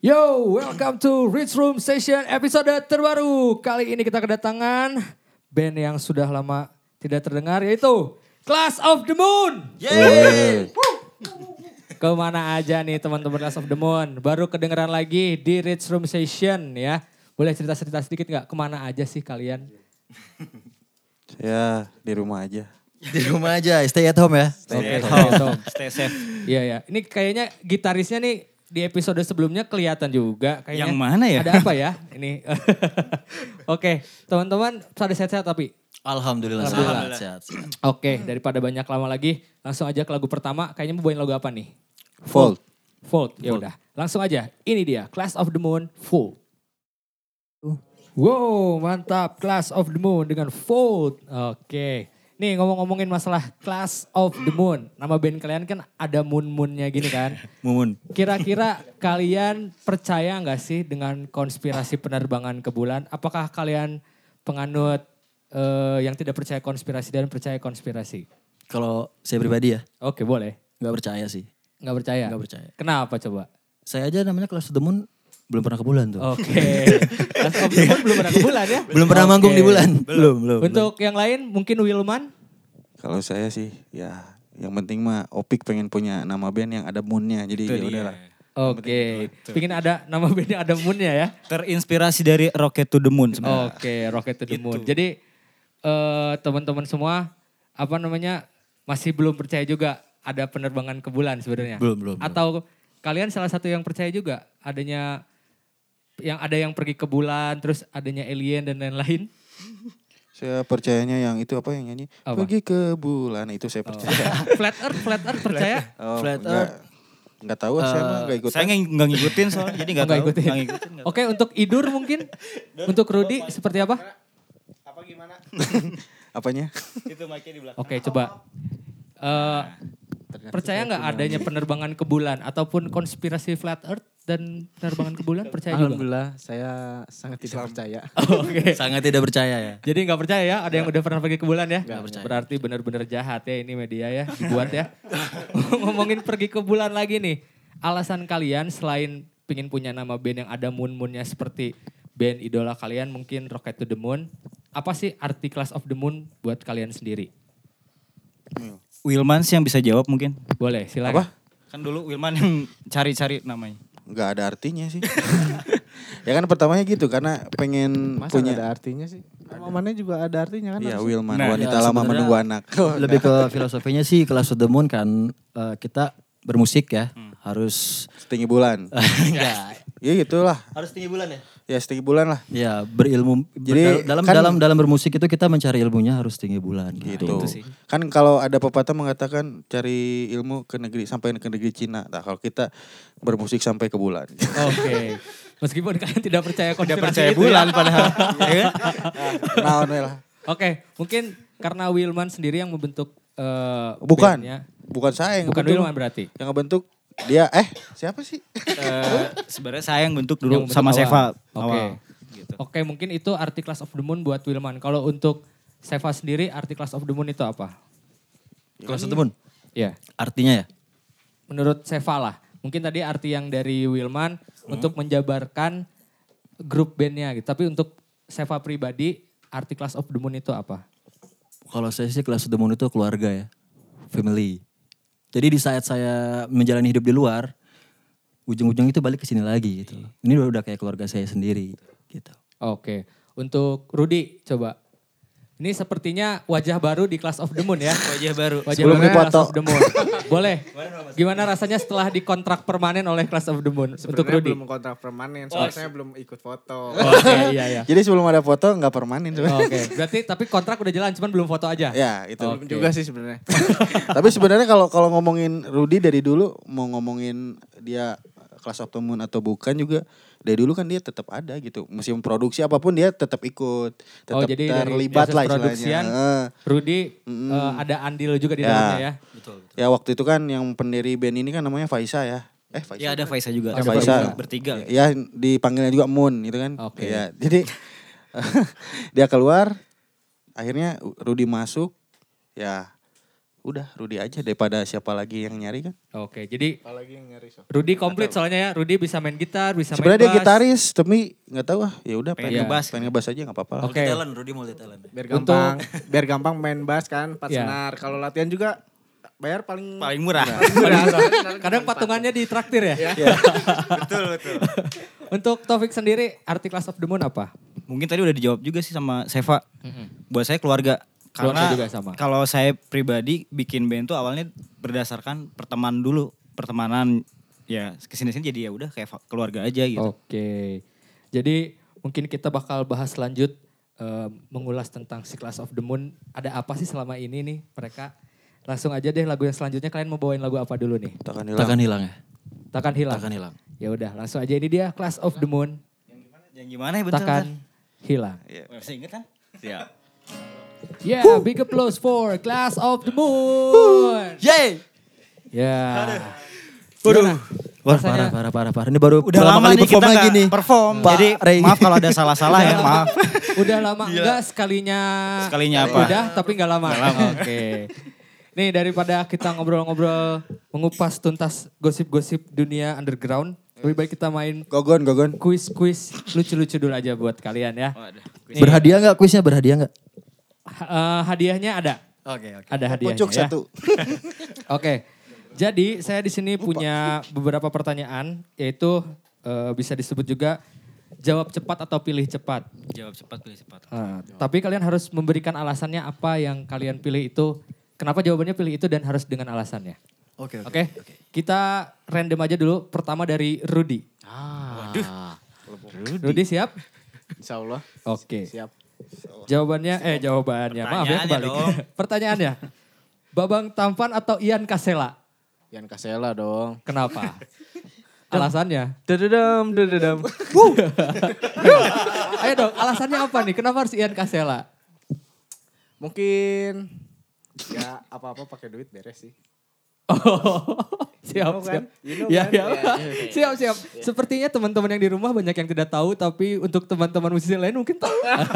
Yo, welcome to Rich Room Session episode terbaru. Kali ini kita kedatangan band yang sudah lama tidak terdengar, yaitu Class of the Moon. Yeay. Kemana aja nih teman-teman Class of the Moon? Baru kedengeran lagi di Rich Room Session ya. Boleh cerita-cerita sedikit gak? Kemana aja sih kalian? Saya di rumah aja. Di rumah aja, stay at home ya. Stay at home. Stay safe. Iya ya. Ini kayaknya gitarisnya nih di episode sebelumnya kelihatan juga. Kayaknya Yang mana ya? Ada apa ya? Ini. Oke, teman-teman pada sehat-sehat tapi. Alhamdulillah, Alhamdulillah. sehat. Oke, daripada banyak lama lagi, langsung aja ke lagu pertama. Kayaknya mau bawain lagu apa nih? Fold. Fold. Ya udah, langsung aja. Ini dia, Class of the Moon, Fold. Wow, mantap. Class of the Moon dengan Fold. Oke. Nih ngomong-ngomongin masalah Class of the Moon. Nama band kalian kan ada moon-moonnya gini kan. Mumun. Kira-kira kalian percaya nggak sih dengan konspirasi penerbangan ke bulan? Apakah kalian penganut yang tidak percaya konspirasi dan percaya konspirasi? Kalau saya pribadi ya, Oke, boleh. nggak percaya sih. Nggak percaya? Nggak percaya. Kenapa coba? Saya aja namanya Class of the Moon belum pernah ke bulan tuh. Oke. Class of the Moon belum pernah ke bulan ya? Belum pernah Oke. manggung di bulan. Belum. Untuk yang lain mungkin Wilman? Kalau saya sih ya yang penting mah Opik pengen punya nama band yang ada moonnya. Jadi Itu ya dia. udahlah. Oke. Pingin ada nama bandnya ada moonnya ya? Terinspirasi dari Rocket to the Moon sebenarnya. Oke, Rocket to the Gitu. Moon. Jadi teman-teman semua apa namanya masih belum percaya juga ada penerbangan ke bulan sebenarnya. Belum. Atau kalian salah satu yang percaya juga adanya ada yang pergi ke bulan, terus adanya alien dan lain-lain. Saya percayanya yang itu apa yang nyanyi? Apa? Pergi ke bulan itu saya percaya. Flat Earth percaya? Oh, Flat Enggak tahu saya mah enggak ikut. Saya nggak ngikutin soalnya, jadi nggak Nggak tahu. ikutin. Nggak ngikutin. nggak Oke, untuk Idur mungkin, untuk Rudi seperti apa? Apa gimana? Apanya? Itu mic-nya di belakang. Oke, coba. Percaya nggak adanya penerbangan ke bulan ataupun konspirasi flat earth dan penerbangan ke bulan percaya juga? Alhamdulillah saya sangat tidak percaya. Oh, Oke. Sangat tidak percaya ya. Jadi nggak percaya ya ada yang udah pernah pergi ke bulan ya? Nggak percaya. Berarti benar-benar jahat ya ini media ya dibuat ya. Ngomongin pergi ke bulan lagi nih. Alasan kalian selain pingin punya nama band yang ada moon-moonnya seperti band idola kalian mungkin Rocket to the Moon. Apa sih arti Class of the Moon buat kalian sendiri? Wilman sih yang bisa jawab mungkin. Boleh silakan. Apa? Kan dulu Wilman yang cari-cari namanya. Enggak ada artinya sih. Ya kan pertamanya gitu karena pengen Masa punya nggak ada artinya sih? Namanya juga ada artinya kan? Iya harusnya? Wilman, Nah, wanita ya, lama sebenarnya menunggu anak. Oh, Lebih ke filosofinya sih Class of the Moon kan kita bermusik ya. Harus setinggi bulan. enggak. Ya gitulah. Harus tinggi bulan ya? Ya setinggi bulan lah. Ya, berilmu. Jadi, dalam kan- dalam bermusik itu kita mencari ilmunya harus tinggi bulan. Gitu. Itu sih. Kan kalau ada pepatah mengatakan cari ilmu ke negeri sampai ke negeri Cina. Nah, kalau kita bermusik sampai ke bulan. Oke. Meskipun kalian tidak percaya konspirasi Tidak percaya itu bulan ya. padahal. Ya kan? Nah, lah. Oke, mungkin karena Wilman sendiri yang membentuk Bukan. bandnya. Bukan saya yang Bukan ngebentuk. Wilman berarti. Yang ngebentuk dia siapa sih? Sebenarnya saya yang bentuk Yang dulu bentuk sama awal. Seva. Oke. Awal. Gitu. Oke, mungkin itu arti Class of the Moon buat Wilman. Kalau untuk Seva sendiri arti Class of the Moon itu apa? Class of the Moon. Ya, Artinya ya? menurut Seva lah. Mungkin tadi arti yang dari Wilman untuk menjabarkan grup bandnya gitu. Tapi untuk Seva pribadi arti Class of the Moon itu apa? Kalau saya sih Class of the Moon itu keluarga ya. Family. Jadi di saat saya menjalani hidup di luar, ujung-ujung itu balik ke sini lagi gitu. Ini udah kayak keluarga saya sendiri gitu. Oke, untuk Rudi coba. Ini sepertinya wajah baru di Class of the Moon ya. Wajah baru. Wajah Sebelum baru di Class dipoto. of the Moon. Boleh. Gimana rasanya setelah dikontrak permanen oleh Class of the Moon? Untuk Sebenarnya Rudi. belum kontrak permanen, soalnya saya belum ikut foto. Oke, iya. Jadi sebelum ada foto nggak permanen sebenarnya. Oke, berarti tapi kontrak udah jalan, cuman belum foto aja. Ya itu. Oke. Belum juga sih sebenarnya. Tapi sebenarnya kalau ngomongin Rudy dari dulu mau ngomongin dia Class of the Moon atau bukan juga dari dulu kan dia tetap ada gitu. Musim produksi apapun dia tetap ikut, tetap jadi dari terlibat proses lah produksian, istilahnya. Rudi ada andil juga di dalamnya ya. Ya waktu itu kan yang pendiri band ini kan namanya Faisa ya. Faisa. Ya ada Faisa juga. Ada Faisa. Bertiga. Ya dipanggilnya juga Moon gitu kan. Oke. Ya, jadi dia keluar, akhirnya Rudy masuk, ya udah Rudy aja daripada siapa lagi yang nyari kan. Oke, jadi Apalagi yang nyari so. Rudy komplit soalnya ya. Rudy bisa main gitar, bisa main Sebenarnya dia bass. gitaris tapi nggak tahu ya udah Pengen pengen ngebas. pengen ngebas aja nggak apa-apa lah. Oke. Multi-talent, Rudy multi-talent. Biar gampang main bass kan, 4 Iya. senar. Kalau latihan juga bayar paling Paling murah. Kadang patungannya di traktir ya. betul. Untuk Taufik sendiri, arti Class of the Moon apa? Mungkin tadi udah dijawab juga sih sama Seva. Buat saya keluarga. Keluarga Karena juga sama. kalau saya pribadi bikin band tuh awalnya berdasarkan pertemanan ya kesini-sini jadi ya udah kayak keluarga aja gitu. Oke. Jadi mungkin kita bakal bahas lanjut mengulas tentang si Class of the Moon. Ada apa sih selama ini nih mereka? Langsung aja deh lagu yang selanjutnya, kalian mau bawain lagu apa dulu nih? Takkan hilang. Takkan hilang ya. Takkan hilang. Takkan hilang. Ya udah, langsung aja ini dia Class of the Moon. Yang gimana ya bentar? Takkan hilang. Masih inget kan? Siap. Yeah, big applause for Class of the Moon. Yeay! Ya. Waduh. Wah, Rasanya- parah. Ini baru Udah pertama lama kali nih kita perform lagi nggak nih. perform. Pak Jadi Ray. maaf kalau ada salah-salah ya, maaf. Udah lama enggak sekalinya. Sekalinya apa? Udah tapi enggak lama. Oke. Nih daripada kita ngobrol-ngobrol mengupas tuntas gosip-gosip dunia underground, lebih baik kita main Gogon. kuis-kuis lucu-lucu dulu aja buat kalian ya. Berhadiah nggak kuisnya? Berhadiah nggak? Hadiahnya ada. Oke. Ada hadiahnya Pucuk ya. 1. Oke. Jadi saya di sini punya beberapa pertanyaan, yaitu bisa disebut juga jawab cepat atau pilih cepat. Jawab cepat, pilih cepat. Tapi kalian harus memberikan alasannya apa yang kalian pilih itu. Kenapa jawabannya pilih itu dan harus dengan alasannya. Oke. Oke, kita random aja dulu. Pertama dari Rudy. Rudy siap? Insya Allah. Oke. Siap. Jawabannya, maaf ya Pertanyaannya kebalik. dong. Pertanyaannya, Babang Tampan atau Ian Kasela? Yan Kasela dong. Kenapa? Alasannya? Dededam. Ayo dong, alasannya apa nih? Kenapa harus Ian Kasela? Mungkin ya apa-apa pakai duit beres sih. Oh, siap, know kan? siap. You know Ya, kan? ya. Ya. Siap. Sepertinya teman-teman yang di rumah banyak yang tidak tahu, tapi untuk teman-teman musisi lain mungkin tahu.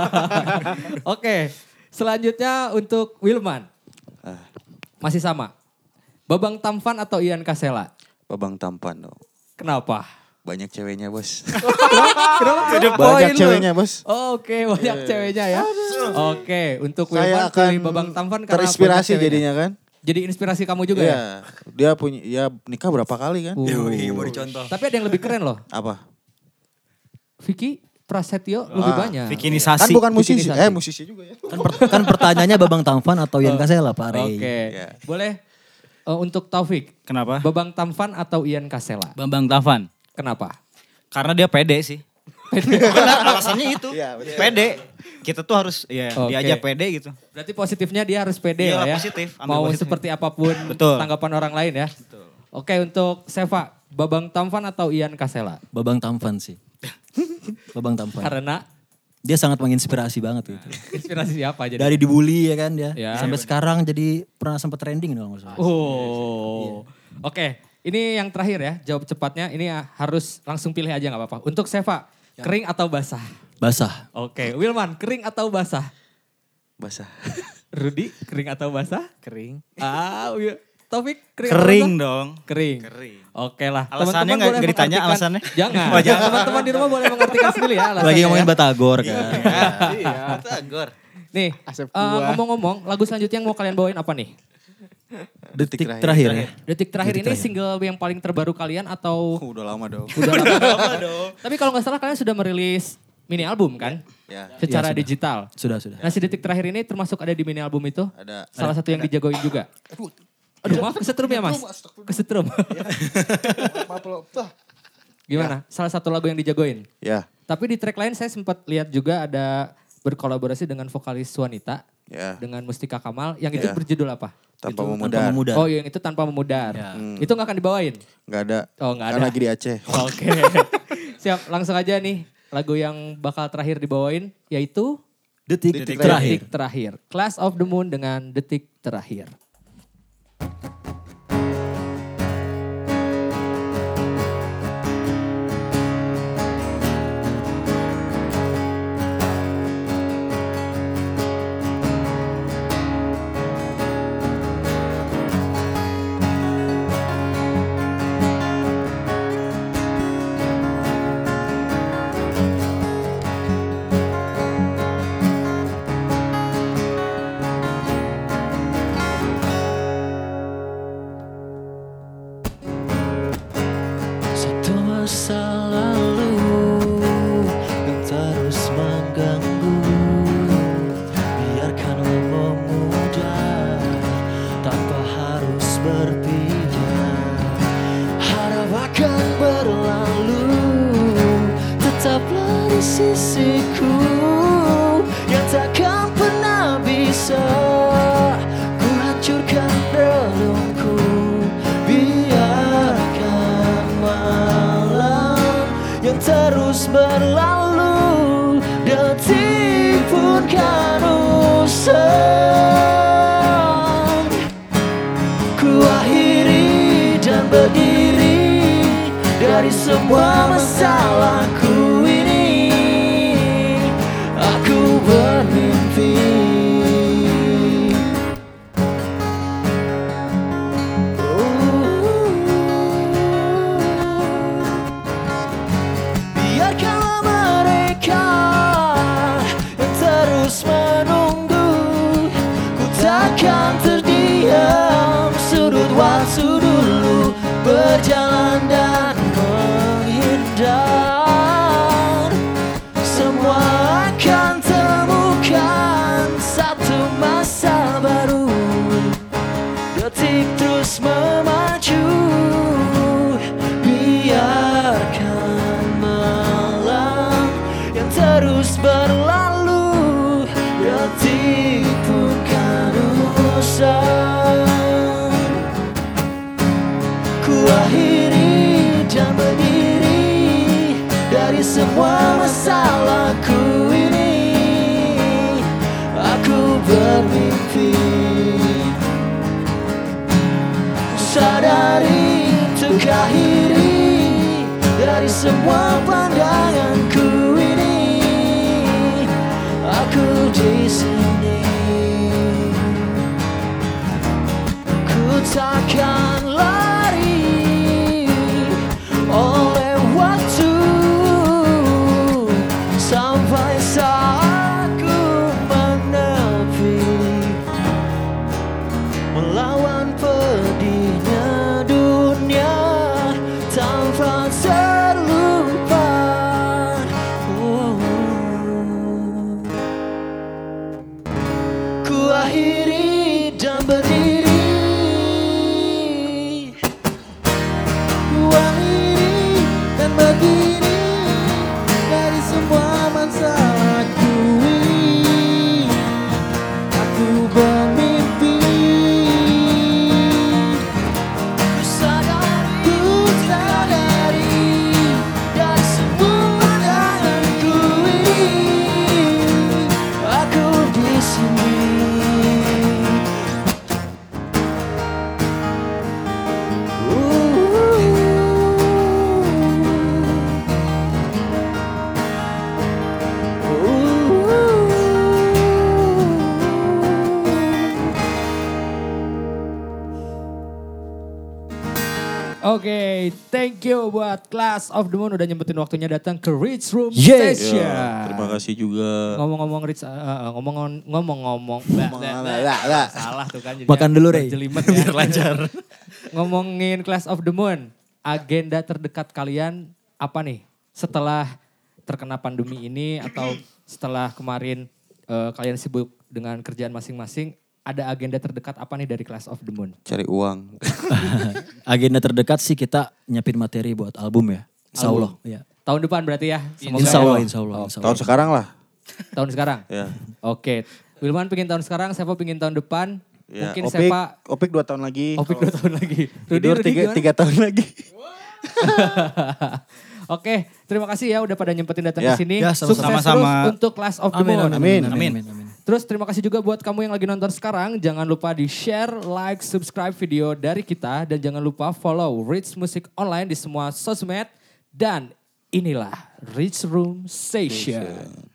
Oke, selanjutnya untuk Wilman. Masih sama. Babang Tampan atau Ian Kasela? Babang Tampan dong. Kenapa? Banyak ceweknya bos. Kenapa? Banyak ceweknya bos. Oke, banyak ceweknya ya. Oke, untuk Saya Wilman akan pilih Babang Tampan karena terinspirasi banyak ceweknya. jadinya kan. Jadi inspirasi kamu juga ya? Iya. Dia punya ya nikah berapa kali kan? Baru contoh. Tapi ada yang lebih keren loh. Apa? Vicky Prasetyo lebih banyak. Kan Bikinisasi. bukan musisi. Bikinisasi. Musisi juga ya. Kan pertanyaannya Babang Tampan atau Ian Kasela, Pak Ray. Oke, Ya. boleh untuk Taufik. Kenapa? Babang Tampan atau Ian Kasela? Bambang Tavan. Kenapa? Karena dia pede sih. Benar, alasannya itu. Iya, betul. Pede. Kita tuh harus ya Oke. dia aja pede gitu. Berarti positifnya dia harus pede Iya, lah ya. positif, ambil Mau positif. seperti apapun Betul. tanggapan orang lain ya. Oke, untuk Seva, Babang Tampan atau Ian Kasela? Babang Tampan sih. Babang Tampan. Karena Dia sangat menginspirasi banget gitu. inspirasi siapa jadi? Dari dibully ya kan dia. Ya. Sampai sekarang jadi pernah sempat trending kalau nggak salah. Oh. Oke, ini yang terakhir ya, jawab cepatnya. Ini ya, harus langsung pilih aja nggak apa-apa. Untuk Seva, kering atau basah? Basah. Oke, Wilman, kering atau basah? Basah. Rudy, kering atau basah? Kering. Taufik, kering atau Kering basah? dong. Kering. Oke lah. Alasannya Teman-teman nggak boleh ditanya mengartikan- alasannya? Jangan. Oh, jangan. Teman-teman di rumah boleh mengartikan sendiri ya alasannya. Lagi ngomongin ya. Batagor kan. Iya. Tagor. Nih, Asep buah. ngomong-ngomong, lagu selanjutnya yang mau kalian bawain apa nih? Detik terakhir. terakhir ya. Detik terakhir ini single yang paling terbaru kalian atau Udah lama dong. udah lama? Tapi kalau nggak salah kalian sudah merilis mini album kan? Ya. Secara Iya, sudah. digital. Sudah. Nah si detik terakhir ini termasuk ada di mini album itu? Ada. Salah satu yang dijagoin juga. Aduh maaf kesetrum ya mas? Kesetrum. Gimana? Salah satu lagu yang dijagoin? Ya. Tapi di track lain saya sempat lihat juga ada berkolaborasi dengan vokalis wanita. Ya. Dengan Mustika Kamal. Yang itu Ya. berjudul apa? Tanpa Tanpa memudar. memudar. Oh yang itu Tanpa Memudar. Ya. Itu gak akan dibawain? Nggak ada. Oh nggak Kan ada. lagi di Aceh. Oke. Siap langsung aja nih. Lagu yang bakal terakhir dibawain yaitu Detik, Detik terakhir. Detik Terakhir. Class of the Moon dengan Detik Terakhir. masa lalu yang terus mengganggu. Biarkanlah memudar tanpa harus berpijak. Harap akan berlalu, tetaplah di sisiku yang takkan pernah bisa ku hancurkan relungku. Biarkan malam yang terus berlalu, detik pun kan usang. Ku akhiri dan berdiri dari semua masalahku ini. Aku bermimpi. Biarkanlah mereka yang terus menunggu. Ku takkan terdiam, sudut waktu dulu berjalan dan menghindar. Semua akan temukan satu masa baru, detik terus memacu. Biarkan malam yang terus berlalu, detik pun kan usang. Ku akhiri dan berdiri dari semua masalahku ini. Aku bermimpi. Ku sadari untuk akhiri dari semua pandanganku ini. Aku di sini. Ku takkan lari oleh waktu sampai saat ku menepi, melawan pedihnya dunia tanpa terlupa. Ku akhiri dan berdiri. Ku akhiri dan berdiri dari semua masalahku ini. Aku bermimpi. Ku sadari dari semua pandanganku ini. Aku di sini. Oke, thank you buat Class of the Moon udah nyempetin waktunya datang ke Rich Room Yeah. Session. Ya, terima kasih juga. Ngomong-ngomong Rich, ngomong-ngomong, salah tuh kan. Makan dulu, Rey. Berjelimet ya. Biar lancar. Ngomongin Class of the Moon, agenda terdekat kalian apa nih? Setelah terkena pandemi ini atau setelah kemarin kalian sibuk dengan kerjaan masing-masing, ada agenda terdekat apa nih dari Class of the Moon? Cari uang. Agenda terdekat sih kita nyiapin materi buat album ya. Insya Allah. Ya. Tahun depan berarti ya? Semoga Insya Allah, ya. insya Allah. Insya Allah. Tahun sekarang lah. Tahun sekarang? Ya. Oke. Wilman pingin tahun sekarang, Sevo pingin tahun depan. Ya, Mungkin Opik, Seva, Opik 2 tahun lagi. Opik 2 tahun lagi. Tidur Rudi gimana? 3 tahun lagi. Oke, terima kasih ya udah pada nyempetin datang Ya. ke sini. Ya, Sukses sama-sama. terus untuk Class of the Amin, Moon. amin, Amin. amin, amin. Terus terima kasih juga buat kamu yang lagi nonton sekarang. Jangan lupa di share, like, subscribe video dari kita. Dan jangan lupa follow Rich Music Online di semua sosmed. Dan inilah Rich Room Session.